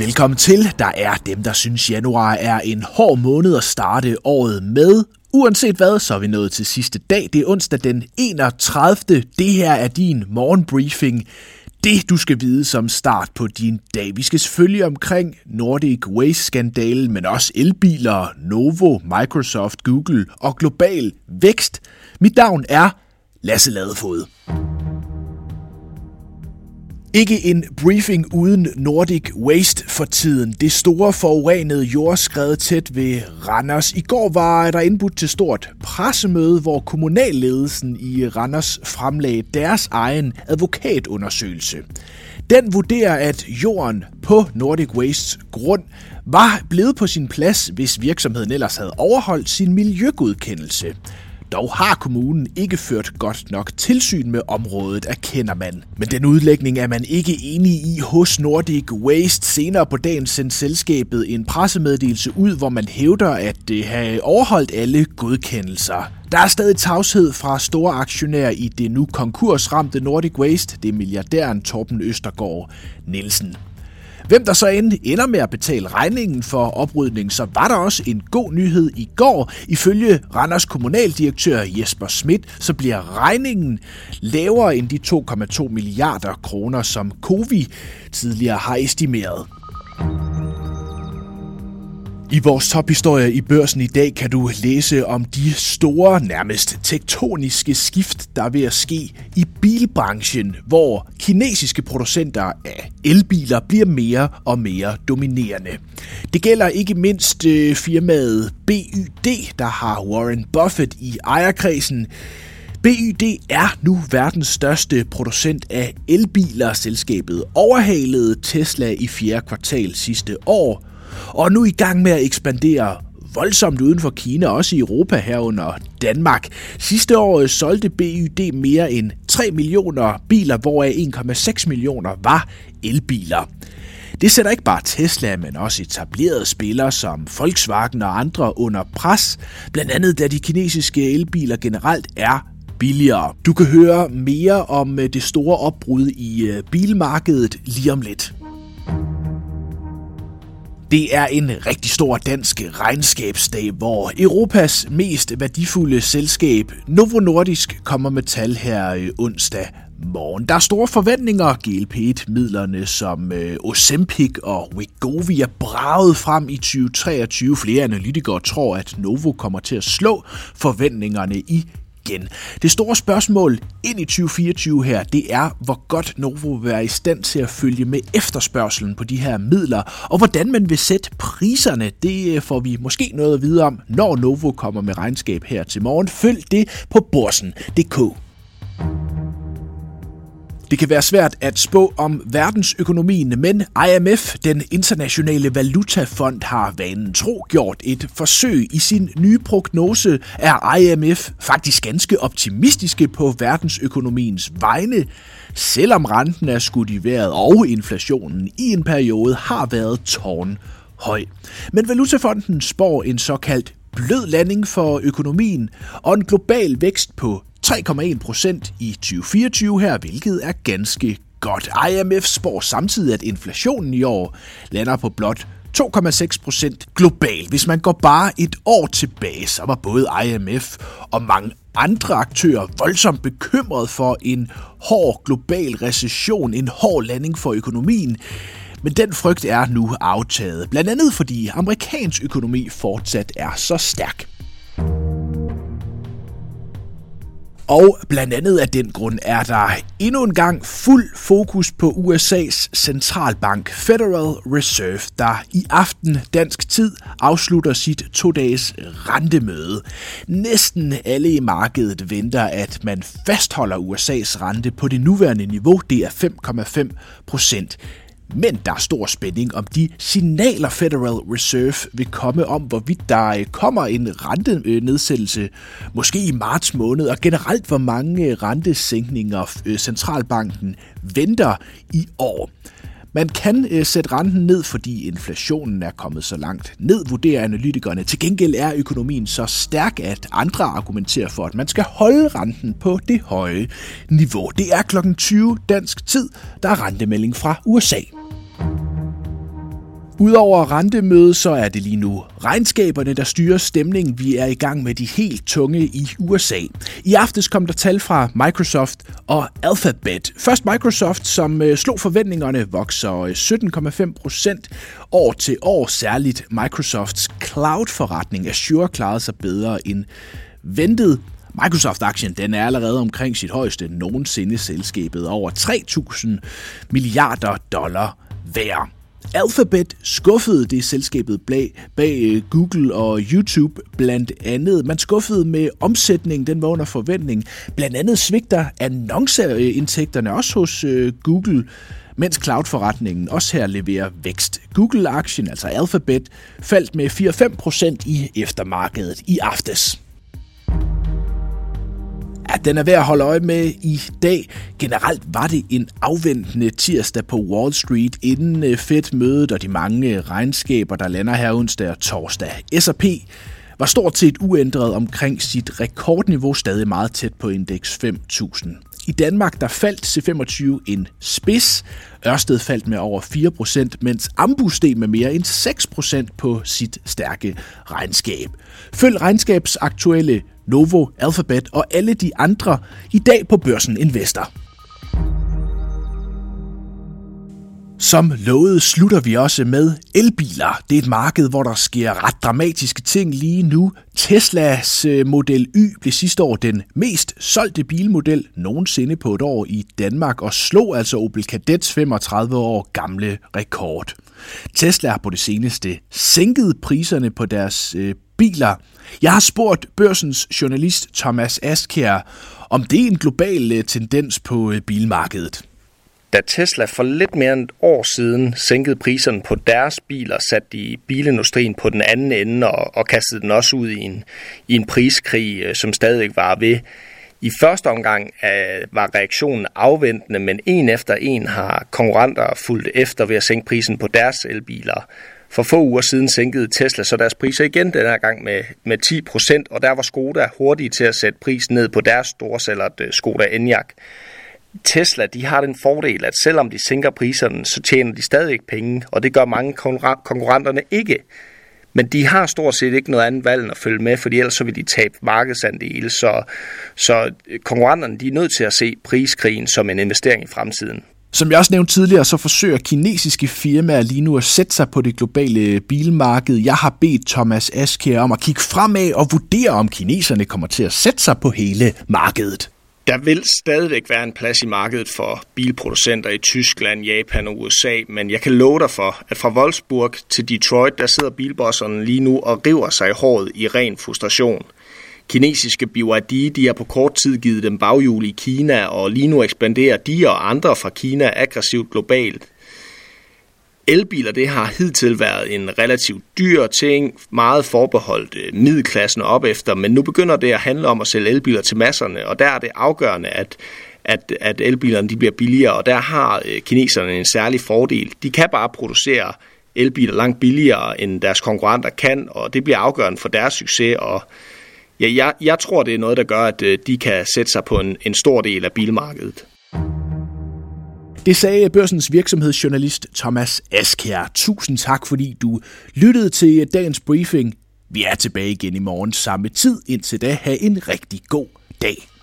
Velkommen til. Der er dem, der synes januar er en hård måned at starte året med. Uanset hvad, så er vi nået til sidste dag. Det er onsdag den 31. Det her er din morgenbriefing. Det, du skal vide som start på din dag. Vi skal selvfølgelig omkring Nordic Waste-skandalen, men også elbiler, Novo, Microsoft, Google og global vækst. Mit navn er Lasse Ladefod. Ikke en briefing uden Nordic Waste for tiden. Det store forurenede jordskred tæt ved Randers. I går var der indbudt til stort pressemøde, hvor kommunalledelsen i Randers fremlagde deres egen advokatundersøgelse. Den vurderer, at jorden på Nordic Wastes grund var blevet på sin plads, hvis virksomheden ellers havde overholdt sin miljøgodkendelse. Dog har kommunen ikke ført godt nok tilsyn med området, erkender man. Men den udlægning er man ikke enig i hos Nordic Waste. Senere på dagen sendte selskabet en pressemeddelelse ud, hvor man hævder at have overholdt alle godkendelser. Der er stadig tavshed fra store aktionærer i det nu konkursramte Nordic Waste. Det er milliardæren Torben Østergaard Nielsen. Hvem der så ender med at betale regningen for oprydningen, så var der også en god nyhed i går. Ifølge Randers kommunaldirektør Jesper Schmidt, så bliver regningen lavere end de 2,2 milliarder kroner, som Cowi tidligere har estimeret. I vores tophistorie i børsen i dag kan du læse om de store, nærmest tektoniske skift, der er ved at ske i bilbranchen, hvor kinesiske producenter af elbiler bliver mere og mere dominerende. Det gælder ikke mindst firmaet BYD, der har Warren Buffett i ejerkredsen. BYD er nu verdens største producent af elbiler. Selskabet overhalede Tesla i 4. kvartal sidste år, og nu i gang med at ekspandere voldsomt uden for Kina, også i Europa herunder Danmark. Sidste år solgte BYD mere end 3 millioner biler, hvoraf 1,6 millioner var elbiler. Det sætter ikke bare Tesla, men også etablerede spillere som Volkswagen og andre under pres, blandt andet da de kinesiske elbiler generelt er billigere. Du kan høre mere om det store opbrud i bilmarkedet lige om lidt. Det er en rigtig stor dansk regnskabsdag, hvor Europas mest værdifulde selskab Novo Nordisk kommer med tal her onsdag morgen. Der er store forventninger. GLP-1-midlerne som Ozempic og Wegovy er braget frem i 2023. Flere analytikere tror, at Novo kommer til at slå forventningerne igen. Det store spørgsmål ind i 2024 her, det er, hvor godt Novo vil være i stand til at følge med efterspørgselen på de her midler, og hvordan man vil sætte priserne. Det får vi måske noget at vide om, når Novo kommer med regnskab her til morgen. Følg det på Børsen.dk. Det kan være svært at spå om verdensøkonomien, men IMF, den internationale valutafond, har vanen tro gjort et forsøg. I sin nye prognose er IMF faktisk ganske optimistiske på verdensøkonomiens vegne, selvom renten er skudt i vejret og inflationen i en periode har været tårnhøj. Men valutafonden spår en såkaldt blød landing for økonomien og en global vækst på 3,1% i 2024 her, hvilket er ganske godt. IMF spår samtidig, at inflationen i år lander på blot 2,6% globalt. Hvis man går bare et år tilbage, så var både IMF og mange andre aktører voldsomt bekymret for en hård global recession, en hård landing for økonomien. Men den frygt er nu aftaget, blandt andet fordi amerikansk økonomi fortsat er så stærk. Og blandt andet af den grund er der endnu en gang fuld fokus på USA's centralbank Federal Reserve, der i aften dansk tid afslutter sit 2-dages rentemøde. Næsten alle i markedet venter, at man fastholder USA's rente på det nuværende niveau, det er 5,5%. Men der er stor spænding om de signaler Federal Reserve vil komme om, hvorvidt der kommer en rentenedsættelse, måske i marts måned, og generelt hvor mange rentesænkninger centralbanken venter i år. Man kan sætte renten ned, fordi inflationen er kommet så langt ned, vurderer analytikerne. Til gengæld er økonomien så stærk, at andre argumenterer for, at man skal holde renten på det høje niveau. Det er kl. 20 dansk tid, der er rentemelding fra USA. Udover rentemødet, så er det lige nu regnskaberne, der styrer stemningen. Vi er i gang med de helt tunge i USA. I aftes kom der tal fra Microsoft og Alphabet. Først Microsoft, som slog forventningerne, vokser 17,5% år til år. Særligt Microsofts cloud-forretning Azure klarede sig bedre end ventet. Microsoft-aktien den er allerede omkring sit højeste nogensinde, selskabet over $3.000 milliarder værd. Alphabet skuffede det selskabet bag Google og YouTube blandt andet. Man skuffede med omsætningen, den var under forventning. Blandt andet svigter annonceindtægterne også hos Google, mens cloud-forretningen også her leverer vækst. Google-aktien, altså Alphabet, faldt med 4-5% i eftermarkedet i aftes. Ja, den er værd at holde øje med i dag. Generelt var det en afventende tirsdag på Wall Street inden Fed-mødet og de mange regnskaber, der lander her onsdag og torsdag. S&P var stort set uændret omkring sit rekordniveau, stadig meget tæt på indeks 5.000. I Danmark der faldt C25 en spids. Ørsted faldt med over 4%, mens Ambu steg med mere end 6% på sit stærke regnskab. Følg regnskabsaktuelle Novo, Alphabet og alle de andre i dag på Børsen Investor. Som lovet slutter vi også med elbiler. Det er et marked, hvor der sker ret dramatiske ting lige nu. Teslas Model Y blev sidste år den mest solgte bilmodel nogensinde på et år i Danmark og slog altså Opel Kadets 35 år gamle rekord. Tesla har på det seneste sænket priserne på deres biler. Jeg har spurgt Børsens journalist Thomas Askjær, om det er en global tendens på bilmarkedet. Da Tesla for lidt mere end et år siden sænkede priserne på deres biler, satte de bilindustrien på den anden ende og kastede den også ud i en priskrig, som stadig var ved. I første omgang var reaktionen afventende, men en efter en har konkurrenter fulgt efter ved at sænke prisen på deres elbiler. For få uger siden sænkede Tesla så deres priser igen den her gang med 10%, og der var Skoda hurtige til at sætte prisen ned på deres storsælger Skoda Enyaq. Tesla, de har den fordel, at selvom de sænker priserne, så tjener de stadig penge, og det gør mange konkurrenterne ikke. Men de har stort set ikke noget andet valg end at følge med, for ellers så vil de tabe markedsandele. Så konkurrenterne, de er nødt til at se priskrigen som en investering i fremtiden. Som jeg også nævnte tidligere, så forsøger kinesiske firmaer lige nu at sætte sig på det globale bilmarked. Jeg har bedt Thomas Askjær om at kigge fremad og vurdere, om kineserne kommer til at sætte sig på hele markedet. Der vil stadigvæk være en plads i markedet for bilproducenter i Tyskland, Japan og USA, men jeg kan love dig for, at fra Wolfsburg til Detroit, der sidder bilbosserne lige nu og river sig i håret i ren frustration. Kinesiske BYD, de har på kort tid givet dem baghjul i Kina, og lige nu ekspanderer de og andre fra Kina aggressivt globalt. Elbiler, det har hidtil været en relativt dyr ting, meget forbeholdt middelklassen op efter, men nu begynder det at handle om at sælge elbiler til masserne, og der er det afgørende, at elbilerne de bliver billigere, og der har kineserne en særlig fordel. De kan bare producere elbiler langt billigere, end deres konkurrenter kan, og det bliver afgørende for deres succes, og ja, jeg tror, det er noget, der gør, at de kan sætte sig på en stor del af bilmarkedet. Det sagde Børsens virksomhedsjournalist Thomas Askjær. Tusind tak, fordi du lyttede til dagens briefing. Vi er tilbage igen i morgen samme tid. Indtil da, have en rigtig god dag.